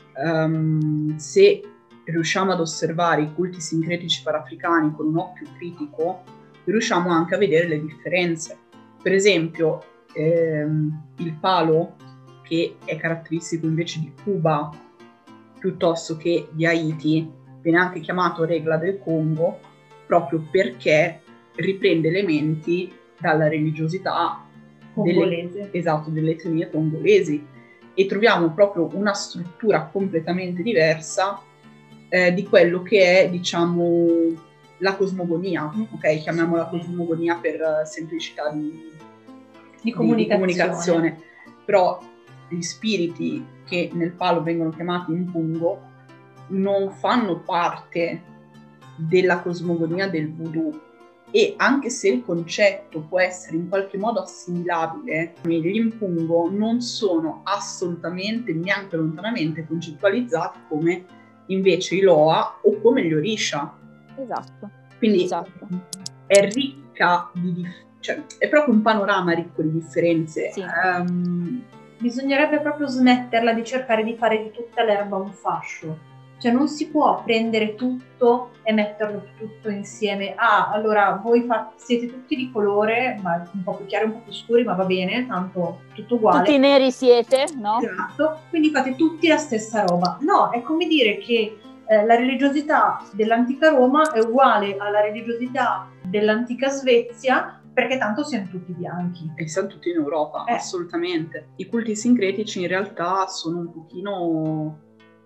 Se riusciamo ad osservare i culti sincretici panafricani con un occhio critico, riusciamo anche a vedere le differenze. Per esempio, il palo, che è caratteristico invece di Cuba piuttosto che di Haiti, viene anche chiamato regla del Congo proprio perché riprende elementi dalla religiosità congolese. delle etnie congolesi, e troviamo proprio una struttura completamente diversa di quello che è, diciamo, la cosmogonia, ok? Chiamiamola cosmogonia per semplicità di comunicazione. Però gli spiriti che nel palo vengono chiamati impungo non fanno parte della cosmogonia del voodoo, e anche se il concetto può essere in qualche modo assimilabile, gli impungo non sono assolutamente, neanche lontanamente concettualizzati come invece i Loa o come gli Orisha. Esatto. Quindi è ricca cioè è proprio un panorama ricco di differenze. Sì. Bisognerebbe proprio smetterla di cercare di fare di tutta l'erba un fascio. Cioè non si può prendere tutto e metterlo tutto insieme. Ah, allora voi siete tutti di colore, ma un po' più chiari, un po' più scuri, ma va bene, tanto tutto uguale. Tutti neri siete, no? Esatto, quindi fate tutti la stessa roba. No, è come dire che la religiosità dell'antica Roma è uguale alla religiosità dell'antica Svezia, perché tanto siamo tutti bianchi. E siamo tutti in Europa, assolutamente. I culti sincretici in realtà sono un pochino...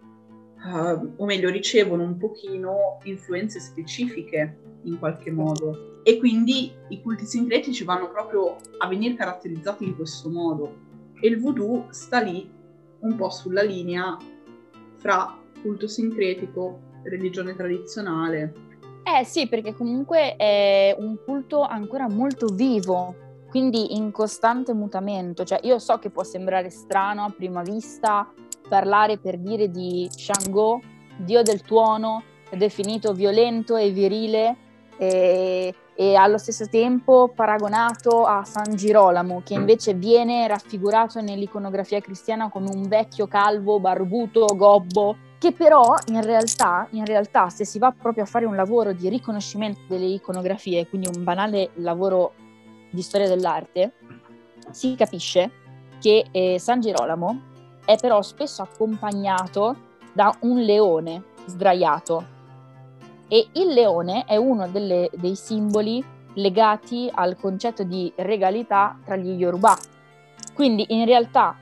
o meglio, ricevono un pochino influenze specifiche in qualche modo, e quindi i culti sincretici vanno proprio a venire caratterizzati in questo modo, e il voodoo sta lì un po' sulla linea fra culto sincretico e religione tradizionale. Sì, perché comunque è un culto ancora molto vivo, quindi in costante mutamento. Cioè, io so che può sembrare strano a prima vista parlare, per dire, di Shango, dio del tuono, definito violento e virile, e allo stesso tempo paragonato a San Girolamo, che invece viene raffigurato nell'iconografia cristiana come un vecchio calvo, barbuto, gobbo, che però in realtà, se si va proprio a fare un lavoro di riconoscimento delle iconografie, quindi un banale lavoro di storia dell'arte, si capisce che San Girolamo è però spesso accompagnato da un leone sdraiato, e il leone è uno dei simboli legati al concetto di regalità tra gli Yoruba. Quindi in realtà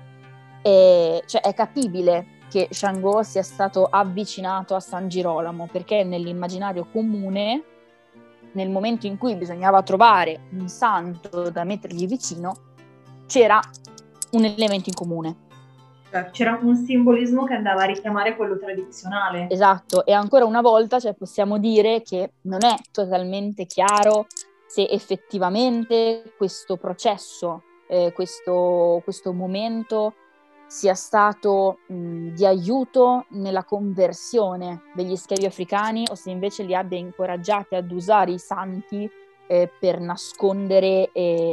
è capibile che Shango sia stato avvicinato a San Girolamo, perché nell'immaginario comune, nel momento in cui bisognava trovare un santo da mettergli vicino, c'era un elemento in comune. C'era un simbolismo che andava a richiamare quello tradizionale. Esatto, e ancora una volta possiamo dire che non è totalmente chiaro se effettivamente questo processo, questo momento sia stato di aiuto nella conversione degli schiavi africani, o se invece li abbia incoraggiati ad usare i santi per nascondere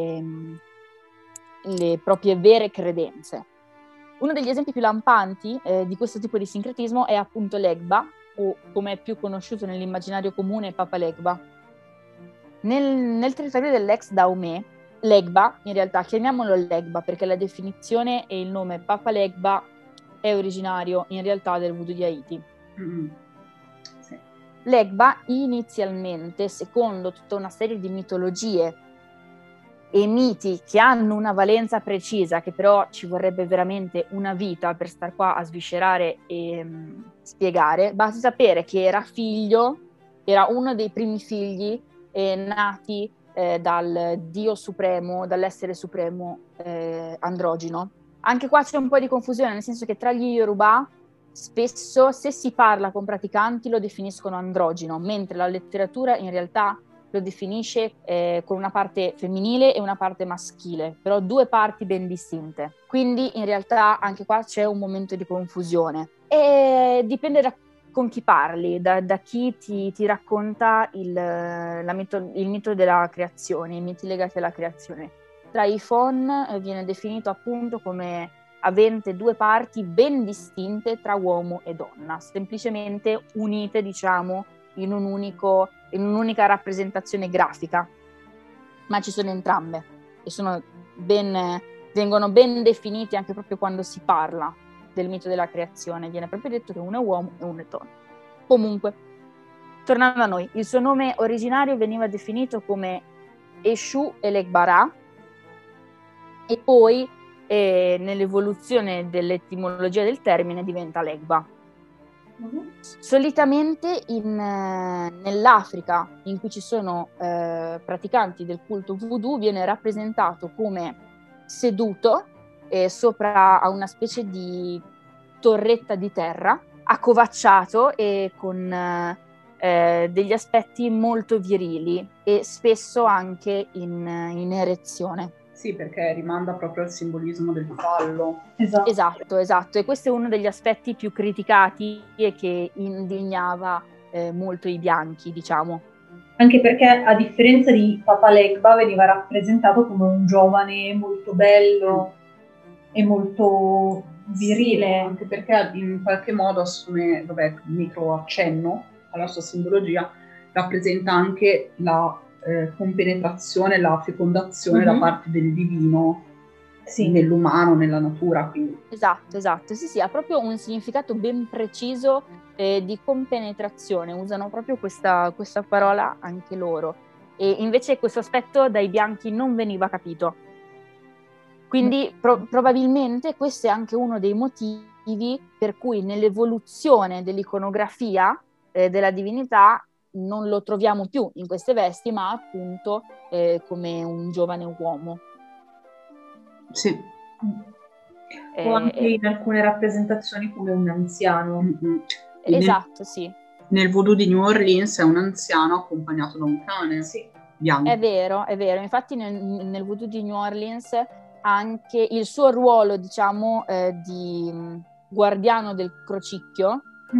le proprie vere credenze. Uno degli esempi più lampanti di questo tipo di sincretismo è appunto Legba, o come è più conosciuto nell'immaginario comune Papa Legba. Nel territorio dell'ex Dahomey, Legba, in realtà chiamiamolo Legba perché la definizione e il nome Papa Legba è originario in realtà del voodoo di Haiti. Sì. Legba inizialmente, secondo tutta una serie di mitologie e miti che hanno una valenza precisa, che però ci vorrebbe veramente una vita per star qua a sviscerare e spiegare, basta sapere che era uno dei primi figli nati dal Dio supremo, dall'essere supremo androgino. Anche qua c'è un po' di confusione, nel senso che tra gli Yoruba spesso, se si parla con praticanti, lo definiscono androgino, mentre la letteratura in realtà lo definisce con una parte femminile e una parte maschile, però due parti ben distinte. Quindi in realtà anche qua c'è un momento di confusione. E dipende con chi parli, da chi ti racconta il mito della creazione, i miti legati alla creazione. Tra i Fon viene definito appunto come avente due parti ben distinte tra uomo e donna, semplicemente unite, diciamo, in un'unica rappresentazione grafica, ma ci sono entrambe e vengono ben definiti anche proprio quando si parla del mito della creazione. Viene proprio detto che uno è uomo e uno è donna. Comunque, tornando a noi, il suo nome originario veniva definito come Eshu Elegbara, e poi nell'evoluzione dell'etimologia del termine diventa Legba. Solitamente nell'Africa, in cui ci sono praticanti del culto voodoo, viene rappresentato come seduto sopra a una specie di torretta di terra, accovacciato e con degli aspetti molto virili e spesso anche in erezione. Sì, perché rimanda proprio al simbolismo del fallo. Esatto, e questo è uno degli aspetti più criticati e che indignava molto i bianchi, diciamo. Anche perché, a differenza di Papa Legba, veniva rappresentato come un giovane molto bello e molto virile. Anche perché in qualche modo assume, vabbè, micro accenno alla sua simbologia, rappresenta anche la compenetrazione, la fecondazione da parte del divino nell'umano, nella natura. Quindi. Esatto, sì, ha proprio un significato ben preciso di compenetrazione, usano proprio questa parola anche loro, e invece questo aspetto dai bianchi non veniva capito. Quindi probabilmente questo è anche uno dei motivi per cui nell'evoluzione dell'iconografia della divinità non lo troviamo più in queste vesti, ma appunto come un giovane uomo. Sì. O anche in alcune rappresentazioni come un anziano. Esatto, sì. Nel voodoo di New Orleans è un anziano accompagnato da un cane bianco. È vero. Infatti nel voodoo di New Orleans anche il suo ruolo, diciamo, di guardiano del crocicchio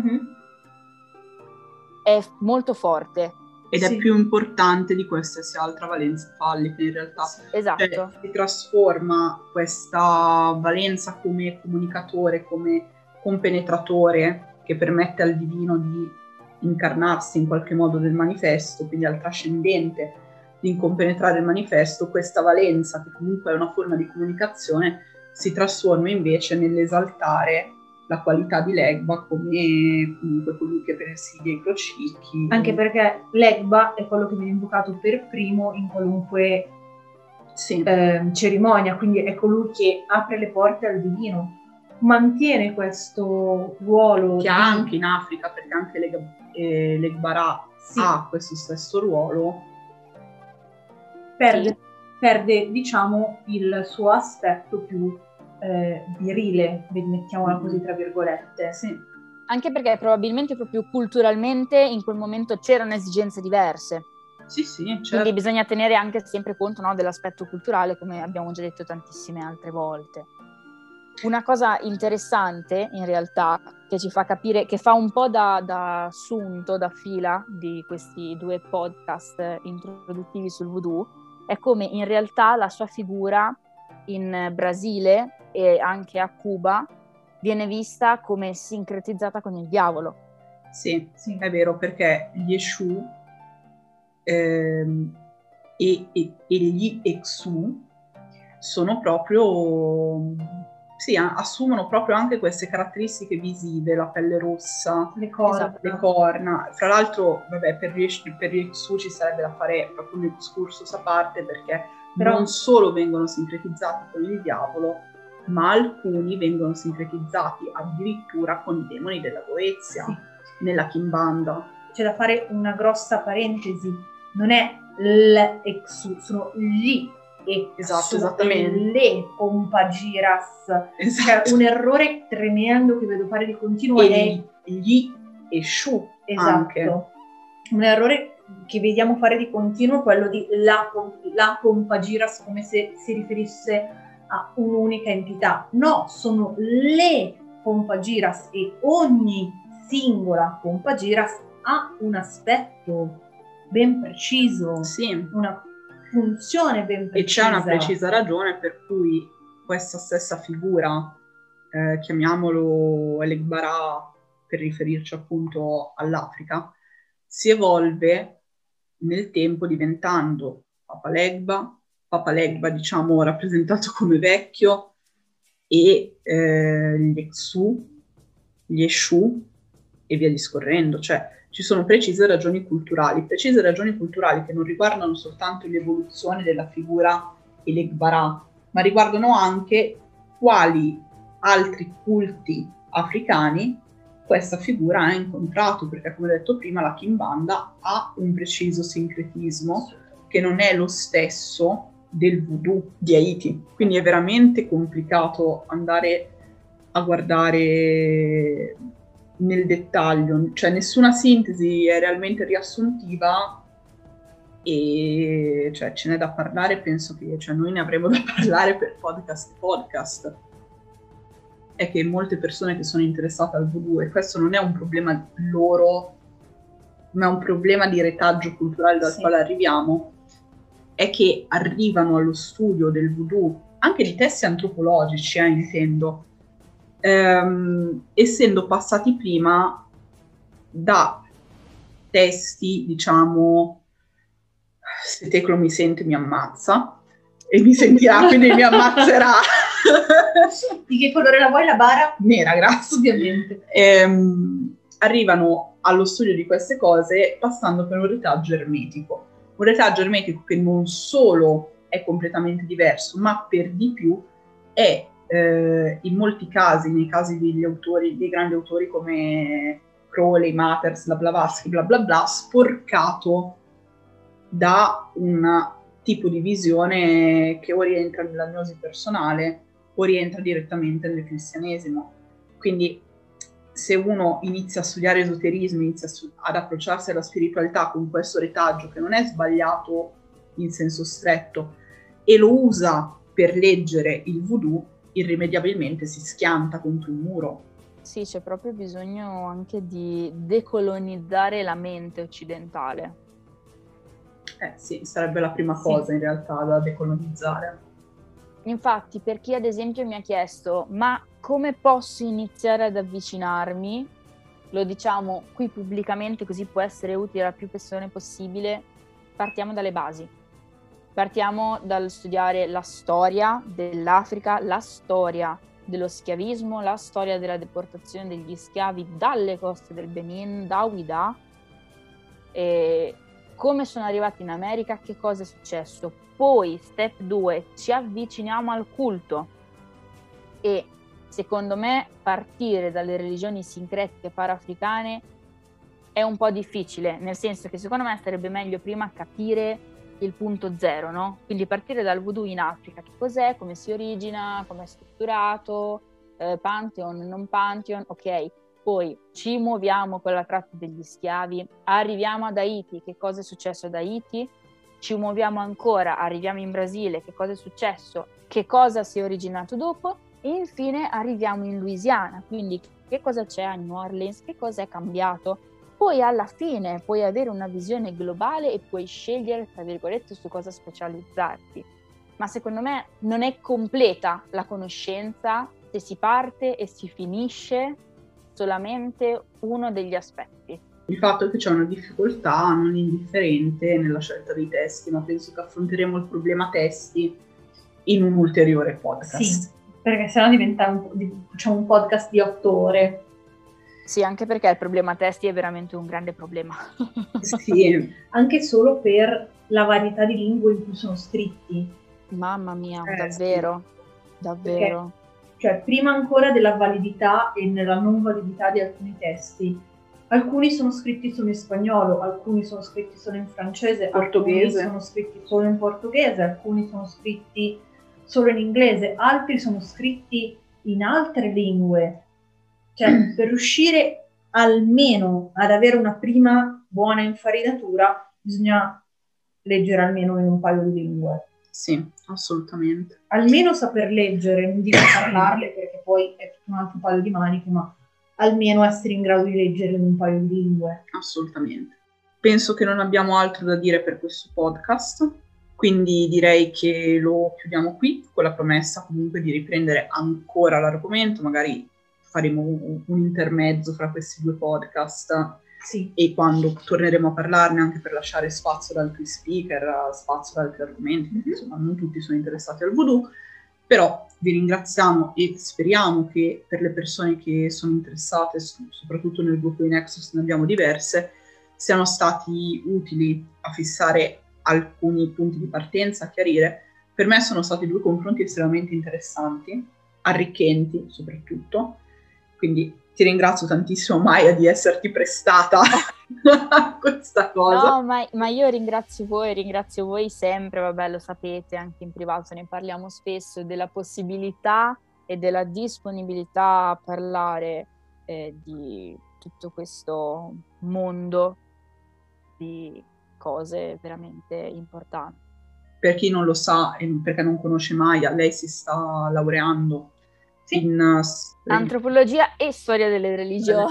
è molto forte. Ed è più importante di qualsiasi altra valenza fallica, in realtà. Esatto. Cioè, si trasforma questa valenza come comunicatore, come compenetratore, che permette al divino di incarnarsi in qualche modo del manifesto, quindi al trascendente di compenetrare il manifesto. Questa valenza, che comunque è una forma di comunicazione, si trasforma invece nell'esaltare la qualità di Legba come comunque colui che presidia i crocicchi. Anche perché Legba è quello che viene invocato per primo in qualunque cerimonia, quindi è colui che apre le porte al divino, mantiene questo ruolo che ha anche in Africa, perché anche Legbarà ha questo stesso ruolo. Perde diciamo il suo aspetto più virile, mettiamola così tra virgolette. Anche perché probabilmente proprio culturalmente in quel momento c'erano esigenze diverse. Certo. Quindi bisogna tenere anche sempre conto, no, dell'aspetto culturale, come abbiamo già detto tantissime altre volte. Una cosa interessante in realtà che ci fa capire, che fa un po' da assunto, da fila di questi 2 podcast introduttivi sul voodoo, è come in realtà la sua figura in Brasile e anche a Cuba viene vista come sincretizzata con il diavolo. Sì, è vero, perché gli Eshu e gli Exu sono proprio, assumono proprio anche queste caratteristiche visive, la pelle rossa, le corna. Fra l'altro, vabbè, per gli Exu ci sarebbe da fare proprio un excursus a parte, perché non solo vengono sincretizzati con il diavolo, ma alcuni vengono sincretizzati addirittura con i demoni della Goezia, nella Kimbanda. C'è da fare una grossa parentesi, non è l'Exu, sono gli Exu, esattamente. le Pompagiras. Cioè, un errore tremendo che vedo fare di continuo è gli Eshu. Esatto. Un errore che vediamo fare di continuo, quello di la Pompagiras, come se si riferisse a un'unica entità. No, sono le Pompagiras e ogni singola Pompagiras ha un aspetto ben preciso, una funzione ben precisa. E c'è una precisa ragione per cui questa stessa figura, chiamiamolo Elegbarà per riferirci appunto all'Africa, si evolve nel tempo diventando Papa Legba diciamo rappresentato come vecchio, e gli Exu, gli Eshu e via discorrendo. Cioè ci sono precise ragioni culturali che non riguardano soltanto l'evoluzione della figura Elegbarà, ma riguardano anche quali altri culti africani questa figura ha incontrato, perché come detto prima la Kimbanda ha un preciso sincretismo che non è lo stesso del voodoo di Haiti, quindi è veramente complicato andare a guardare nel dettaglio, cioè nessuna sintesi è realmente riassuntiva, e cioè ce n'è da parlare, penso che noi ne avremo da parlare per podcast. È che molte persone che sono interessate al voodoo, e questo non è un problema loro, ma è un problema di retaggio culturale dal quale arriviamo, è che arrivano allo studio del voodoo, anche di testi antropologici, intendo, essendo passati prima da testi, diciamo, se Teclo mi sente mi ammazza, e mi sentirà, quindi mi ammazzerà. Di che colore la vuoi la bara? Nera, grazie. Ovviamente. Arrivano allo studio di queste cose passando per un retaggio ermetico. Un retaggio ermetico che non solo è completamente diverso, ma per di più è in molti casi, nei casi degli autori, dei grandi autori come Crowley, Mathers, Blavatsky, bla bla bla, sporcato da un tipo di visione che o rientra nella gnosi personale o rientra direttamente nel cristianesimo. Quindi se uno inizia a studiare esoterismo, inizia ad approcciarsi alla spiritualità con questo retaggio, che non è sbagliato in senso stretto, e lo usa per leggere il voodoo, irrimediabilmente si schianta contro un muro. Sì, c'è proprio bisogno anche di decolonizzare la mente occidentale. Sì, sarebbe la prima cosa in realtà da decolonizzare. Infatti, per chi ad esempio mi ha chiesto ma come posso iniziare ad avvicinarmi, lo diciamo qui pubblicamente così può essere utile a più persone possibile, partiamo dalle basi. Partiamo dal studiare la storia dell'Africa, la storia dello schiavismo, la storia della deportazione degli schiavi dalle coste del Benin, da Ouida, e come sono arrivati in America, che cosa è successo. Poi, step 2, ci avviciniamo al culto e secondo me partire dalle religioni sincretiche paraafricane è un po' difficile, nel senso che secondo me sarebbe meglio prima capire il punto zero, no? Quindi partire dal voodoo in Africa, che cos'è, come si origina, come è strutturato, Pantheon, non Pantheon, ok. Poi ci muoviamo con la tratta degli schiavi, arriviamo ad Haiti, che cosa è successo ad Haiti? Ci muoviamo ancora, arriviamo in Brasile, che cosa è successo? Che cosa si è originato dopo? E infine arriviamo in Louisiana, quindi che cosa c'è a New Orleans, che cosa è cambiato? Poi alla fine puoi avere una visione globale e puoi scegliere, tra virgolette, su cosa specializzarti. Ma secondo me non è completa la conoscenza se si parte e si finisce solamente uno degli aspetti. Il fatto è che c'è una difficoltà non indifferente nella scelta dei testi, ma penso che affronteremo il problema in un ulteriore podcast. Sì, perché sennò diventa un podcast di 8 ore. Sì, anche perché il problema testi è veramente un grande problema. Sì, anche solo per la varietà di lingue in cui sono scritti. Mamma mia, davvero, sì. Davvero. Perché, cioè, prima ancora della validità e nella non validità di alcuni testi, alcuni sono scritti solo in spagnolo, alcuni sono scritti solo in francese, portoghese. Alcuni sono scritti solo in portoghese, alcuni sono scritti solo in inglese, altri sono scritti in altre lingue. Cioè, per riuscire almeno ad avere una prima buona infarinatura, bisogna leggere almeno in un paio di lingue. Sì, assolutamente. Almeno saper leggere, non dico parlarle, perché poi è tutto un altro paio di maniche, ma almeno essere in grado di leggere in un paio di lingue. Assolutamente. Penso che non abbiamo altro da dire per questo podcast, quindi direi che lo chiudiamo qui, con la promessa comunque di riprendere ancora l'argomento, magari faremo un intermezzo fra questi due podcast, sì. E quando torneremo a parlarne anche per lasciare spazio ad altri speaker, spazio ad altri argomenti, perché insomma non tutti sono interessati al voodoo, però vi ringraziamo e speriamo che per le persone che sono interessate, soprattutto nel gruppo di Nexus ne abbiamo diverse, siano stati utili a fissare alcuni punti di partenza, a chiarire. Per me sono stati 2 confronti estremamente interessanti, arricchenti soprattutto, quindi ti ringrazio tantissimo Maia di esserti prestata a questa cosa. No, ma io ringrazio voi sempre, vabbè lo sapete, anche in privato ne parliamo spesso, della possibilità e della disponibilità a parlare di tutto questo mondo di cose veramente importanti. Per chi non lo sa e perché non conosce Maia, lei si sta laureando in antropologia e storia delle religioni.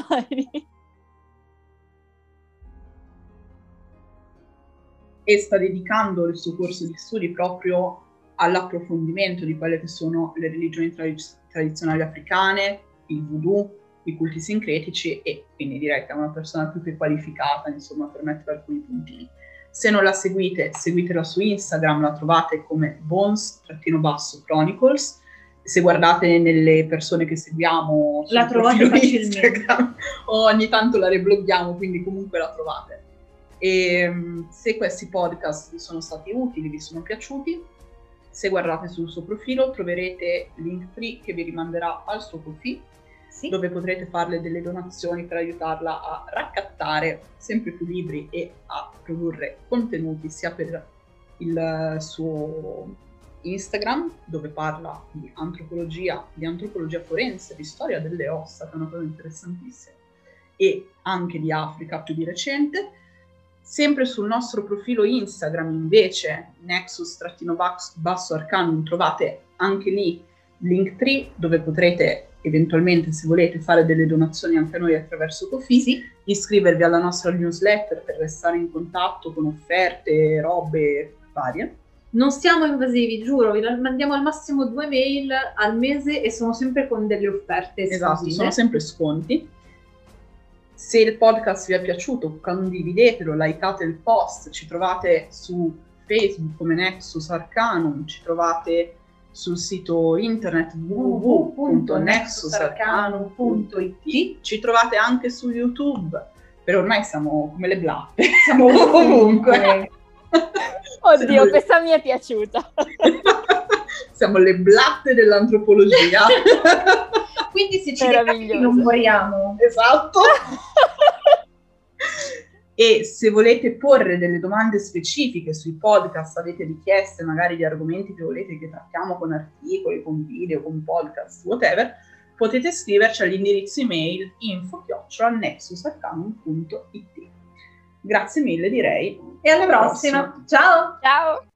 E sta dedicando il suo corso di studi proprio all'approfondimento di quelle che sono le religioni tradizionali africane, il voodoo, i culti sincretici, e quindi direi che è una persona più che qualificata, insomma, per mettere alcuni puntini. Se non la seguite, seguitela su Instagram, la trovate come Bones_Chronicles. Se guardate nelle persone che seguiamo la trovate facilmente. Instagram, ogni tanto la rebloghiamo, quindi comunque la trovate. E se questi podcast vi sono stati utili, vi sono piaciuti, se guardate sul suo profilo troverete Linktree che vi rimanderà al suo profilo, dove potrete farle delle donazioni per aiutarla a raccattare sempre più libri e a produrre contenuti sia per il suo Instagram, dove parla di antropologia forense, di storia delle ossa, che è una cosa interessantissima, e anche di Africa più di recente. Sempre sul nostro profilo Instagram invece, Nexus_Arcanum, trovate anche lì Linktree, dove potrete eventualmente, se volete, fare delle donazioni anche a noi attraverso Ko-fi, iscrivervi alla nostra newsletter per restare in contatto con offerte, robe varie. Non siamo invasivi, giuro, vi mandiamo al massimo 2 mail al mese e sono sempre con delle offerte esclusive. Esatto, sono sempre sconti. Se il podcast vi è piaciuto, condividetelo, likeate il post, ci trovate su Facebook come Nexus Arcanum, ci trovate sul sito internet www.nexusarcanum.it, ci trovate anche su YouTube, per ormai siamo come le blatte, siamo ovunque. Oddio, questa mi è piaciuta. Siamo le blatte dell'antropologia. Quindi se ci decapiti non moriamo. Esatto. E se volete porre delle domande specifiche sui podcast, avete richieste magari di argomenti che volete che trattiamo con articoli, con video, con podcast, whatever, potete scriverci all'indirizzo email info@nexusarcanum.it. Grazie mille, direi. E alla prossima. Ciao! Ciao!